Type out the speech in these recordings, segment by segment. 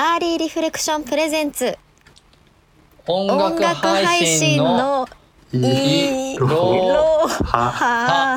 アーリーリフレクションプレゼンツ音楽配信のいろは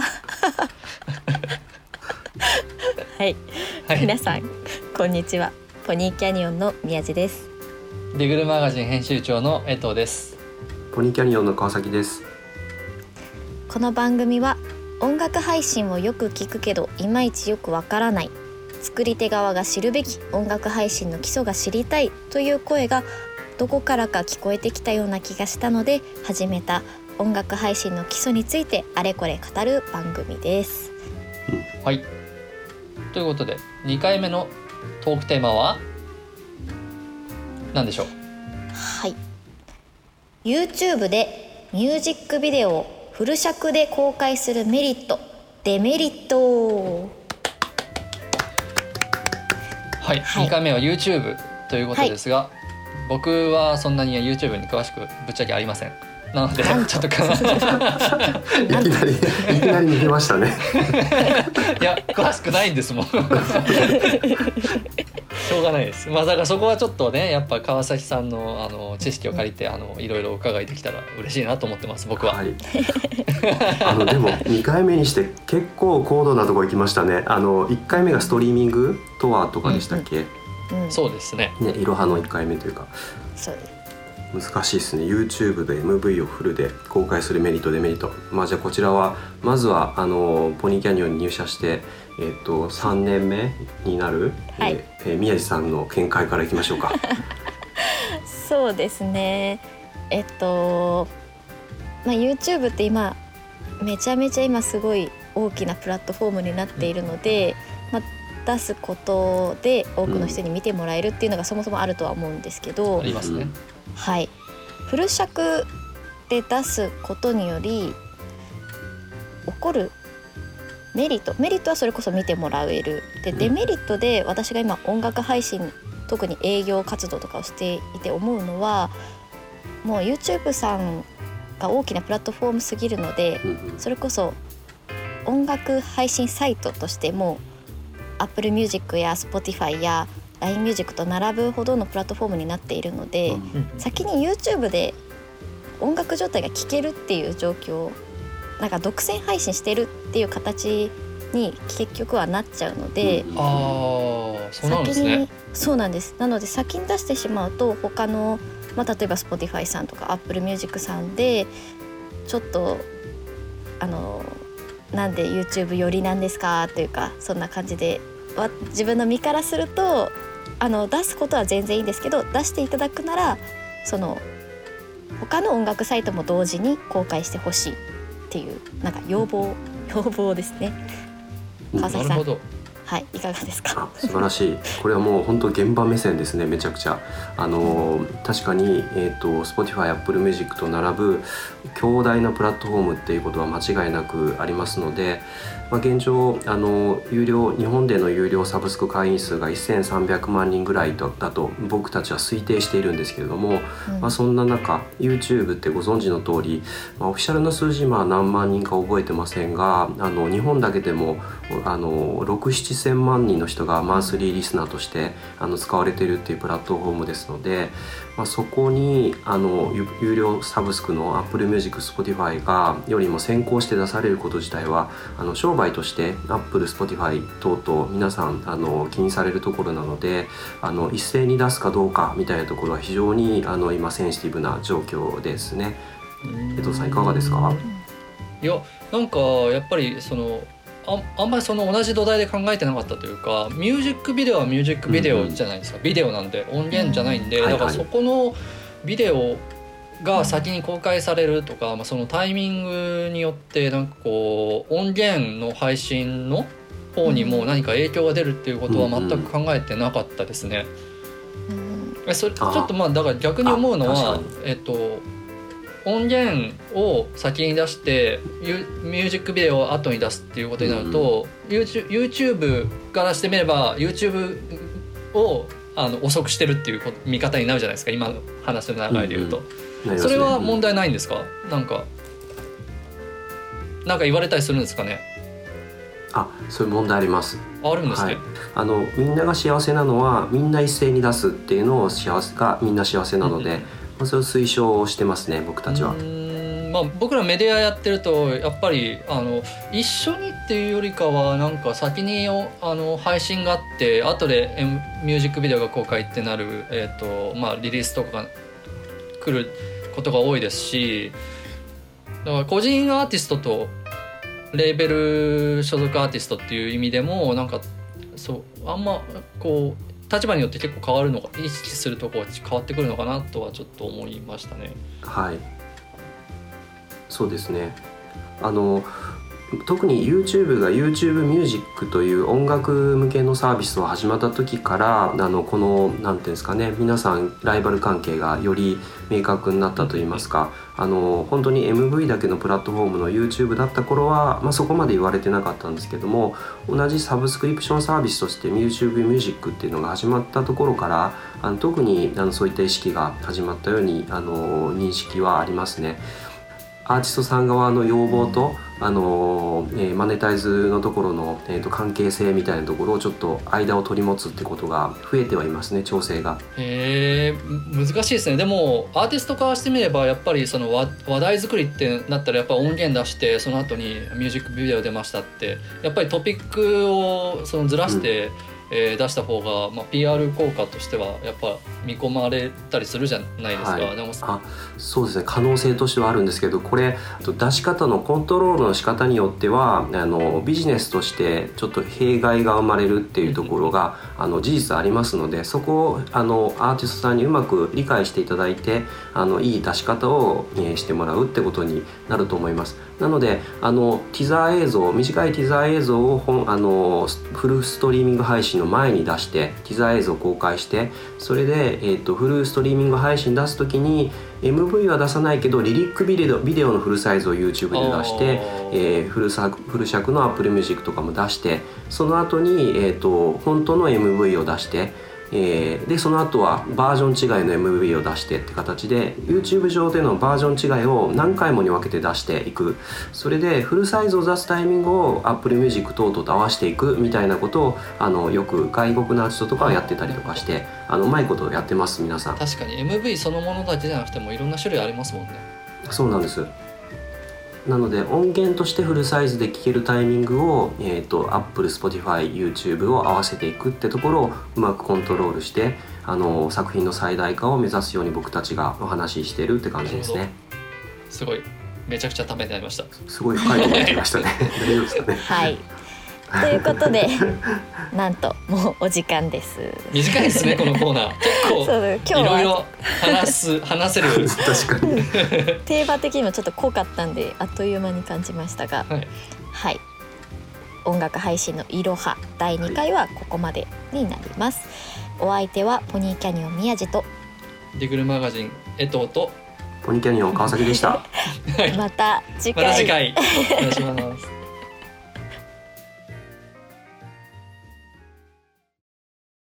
はい、皆さんこんにちは。ポニーキャニオンの宮地です。 リグルマガジン編集長の江藤です。 ポニーキャニオンの川崎です。 この番組は音楽配信をよく聞くけどいまいちよくわからない、作り手側が知るべき音楽配信の基礎が知りたいという声がどこからか聞こえてきたような気がしたので始めた音楽配信の基礎についてあれこれ語る番組です。 はい、ということで2回目のトークテーマは何でしょう。 はい、 YouTube でミュージックビデオをフル尺で公開するメリット、デメリット。 はい、2回目は YouTube ということですが、僕はそんなに YouTube に詳しくぶっちゃけありません。なのでちょっといきなり逃げましたねいや詳しくないんですもんしょうがないです。だからそこはちょっとね、やっぱ川崎さんの知識を借りていろいろお伺いできたら嬉しいなと思ってます、僕は。はい、 でも2回目にして結構高度なとこ行きましたね。1回目がストリーミングとはとかでしたっけ。 そうですね。 いろはの1回目というか、 そうです。 難しいですね。 YouTube で MV をフルで公開するメリットデメリット。じゃあこちらはまずはポニーキャニオンに入社して3年目になる、 はい、 宮地さんの見解からいきましょうかそうですね。YouTube って今めちゃめちゃ今すごい大きなプラットフォームになっているので、出すことで多くの人に見てもらえるっていうのがそもそもあるとは思うんですけど、 ありますね。 はい、フル尺で出すことにより起こるメリットはそれこそ見てもらえる。で、デメリットで私が今音楽配信、特に営業活動とかをしていて思うのは、もう YouTube さんが大きなプラットフォームすぎるので、それこそ音楽配信サイトとしても Apple Music や Spotify や LINE Music と並ぶほどのプラットフォームになっているので、先に YouTube で音楽状態が聴けるっていう状況、なんか独占配信してるっていう形に結局はなっちゃうので、 そうなんですね。 そうなんです。なので先に出してしまうと他の、例えば Spotify さんとか Apple Music さんでちょっとなんで YouTube 寄りなんですかというか、そんな感じで自分の身からすると出すことは全然いいんですけど、出していただくならその他の音楽サイトも同時に公開してほしいっていうなんか要望ですね。川崎さん、はい、いかがですか。 素晴らしい。これはもう本当現場目線ですね。めちゃくちゃ確かに、Spotify、Apple Music と並ぶ強大なプラットフォームっていうことは間違いなくありますので、現状日本での有料サブスク会員数が1300万人ぐらいだと僕たちは推定しているんですけれども、そんな中 YouTube ってご存知の通り、オフィシャルの数字何万人か覚えてませんが、日本だけでも6,7,000万人の人がマンスリーリスナーとして使われているっていうプラットフォームですので、そこに有料サブスクの Apple Music、Spotify がよりも先行して出されること自体は商売として Apple、Spotify 等々皆さん気にされるところなので、一斉に出すかどうかみたいなところは非常に今センシティブな状況ですね。江藤さんいかがですか。 いや、なんかやっぱりあんまり同じ土台で考えてなかったというか、ミュージックビデオはミュージックビデオじゃないですか。ビデオなんで音源じゃないんで、だからそこのビデオが先に公開されるとか、そのタイミングによってなんかこう音源の配信の方にも何か影響が出るっていうことは全く考えてなかったですね。ちょっとだから逆に思うのは音源を先に出してミュージックビデオを後に出すっていうことになると、YouTube からしてみれば YouTube を遅くしてるっていう見方になるじゃないですか、今の話の流れで言うと。それは問題ないんですか。なんか言われたりするんですかね。 そういう問題あります。 あるんですね。 みんなが幸せなのはみんな一斉に出すっていうのをみんな幸せなので、それを推奨してますね、僕たちは。 僕らメディアやってるとやっぱり一緒にっていうよりかはなんか先に配信があって後でミュージックビデオが公開ってなる、リリースとかが来ることが多いですし、だから個人アーティストとレーベル所属アーティストっていう意味でもなんかあんまこう立場によって結構変わるのか、意識するところが変わってくるのかなとはちょっと思いましたね。 はい、そうですね。特に YouTube が YouTube ミュージックという音楽向けのサービスを始まった時からこのなんていうんですかね、皆さんライバル関係がより明確になったといいますか、本当に MV だけのプラットフォームの YouTube だった頃は、そこまで言われてなかったんですけども、同じサブスクリプションサービスとして YouTube ミュージックっていうのが始まったところから特にそういった意識が始まったように認識はありますね。アーティストさん側の要望とマネタイズのところの、関係性みたいなところをちょっと間を取り持つってことが増えてはいますね、調整が。 難しいですね。でもアーティストからしてみればやっぱりその話題作りってなったらやっぱ音源出してその後にミュージックビデオ出ましたってやっぱりトピックをずらして、出した方が、PR 効果としてはやっぱ見込まれたりするじゃないですか。でもそうですね、可能性としてはあるんですけど、これ出し方のコントロールの仕方によってはビジネスとしてちょっと弊害が生まれるっていうところが事実ありますので、そこをアーティストさんにうまく理解していただいていい出し方をしてもらうってことになると思います。なのでティザー映像、短いティザー映像をフルストリーミング配信の前に出してティザー映像を公開して、それで、フルストリーミング配信出すときに MV は出さないけどリリックビデオのフルサイズを YouTube で出して、フル尺の Apple Music とかも出して、その後に、本当の MV を出して、でその後はバージョン違いの MV を出してって形で YouTube 上でのバージョン違いを何回もに分けて出していく。それでフルサイズを出すタイミングを Apple Music 等々と合わせていくみたいなことをよく外国のアーティストとかはやってたりとかしてうまいことやってます、皆さん。 確かに MV そのものだけじゃなくてもいろんな種類ありますもんね。 そうなんです。なので音源としてフルサイズで聴けるタイミングを、Apple、Spotify、YouTube を合わせていくってところをうまくコントロールして作品の最大化を目指すように僕たちがお話ししているって感じですね。 すごい、めちゃくちゃためになりました。 すごい深いこと言いましたね。大丈夫ですかね。 はいということでなんともうお時間です。 短いですねこのコーナー。結構いろいろ話せる確かにテーマ的にもちょっと濃かったんであっという間に感じましたが、はい、音楽配信のいろは第2回はここまでになります。お相手はポニーキャニオン宮地とディグルマガジン江藤とポニーキャニオン川崎でした。 また次回お願いします。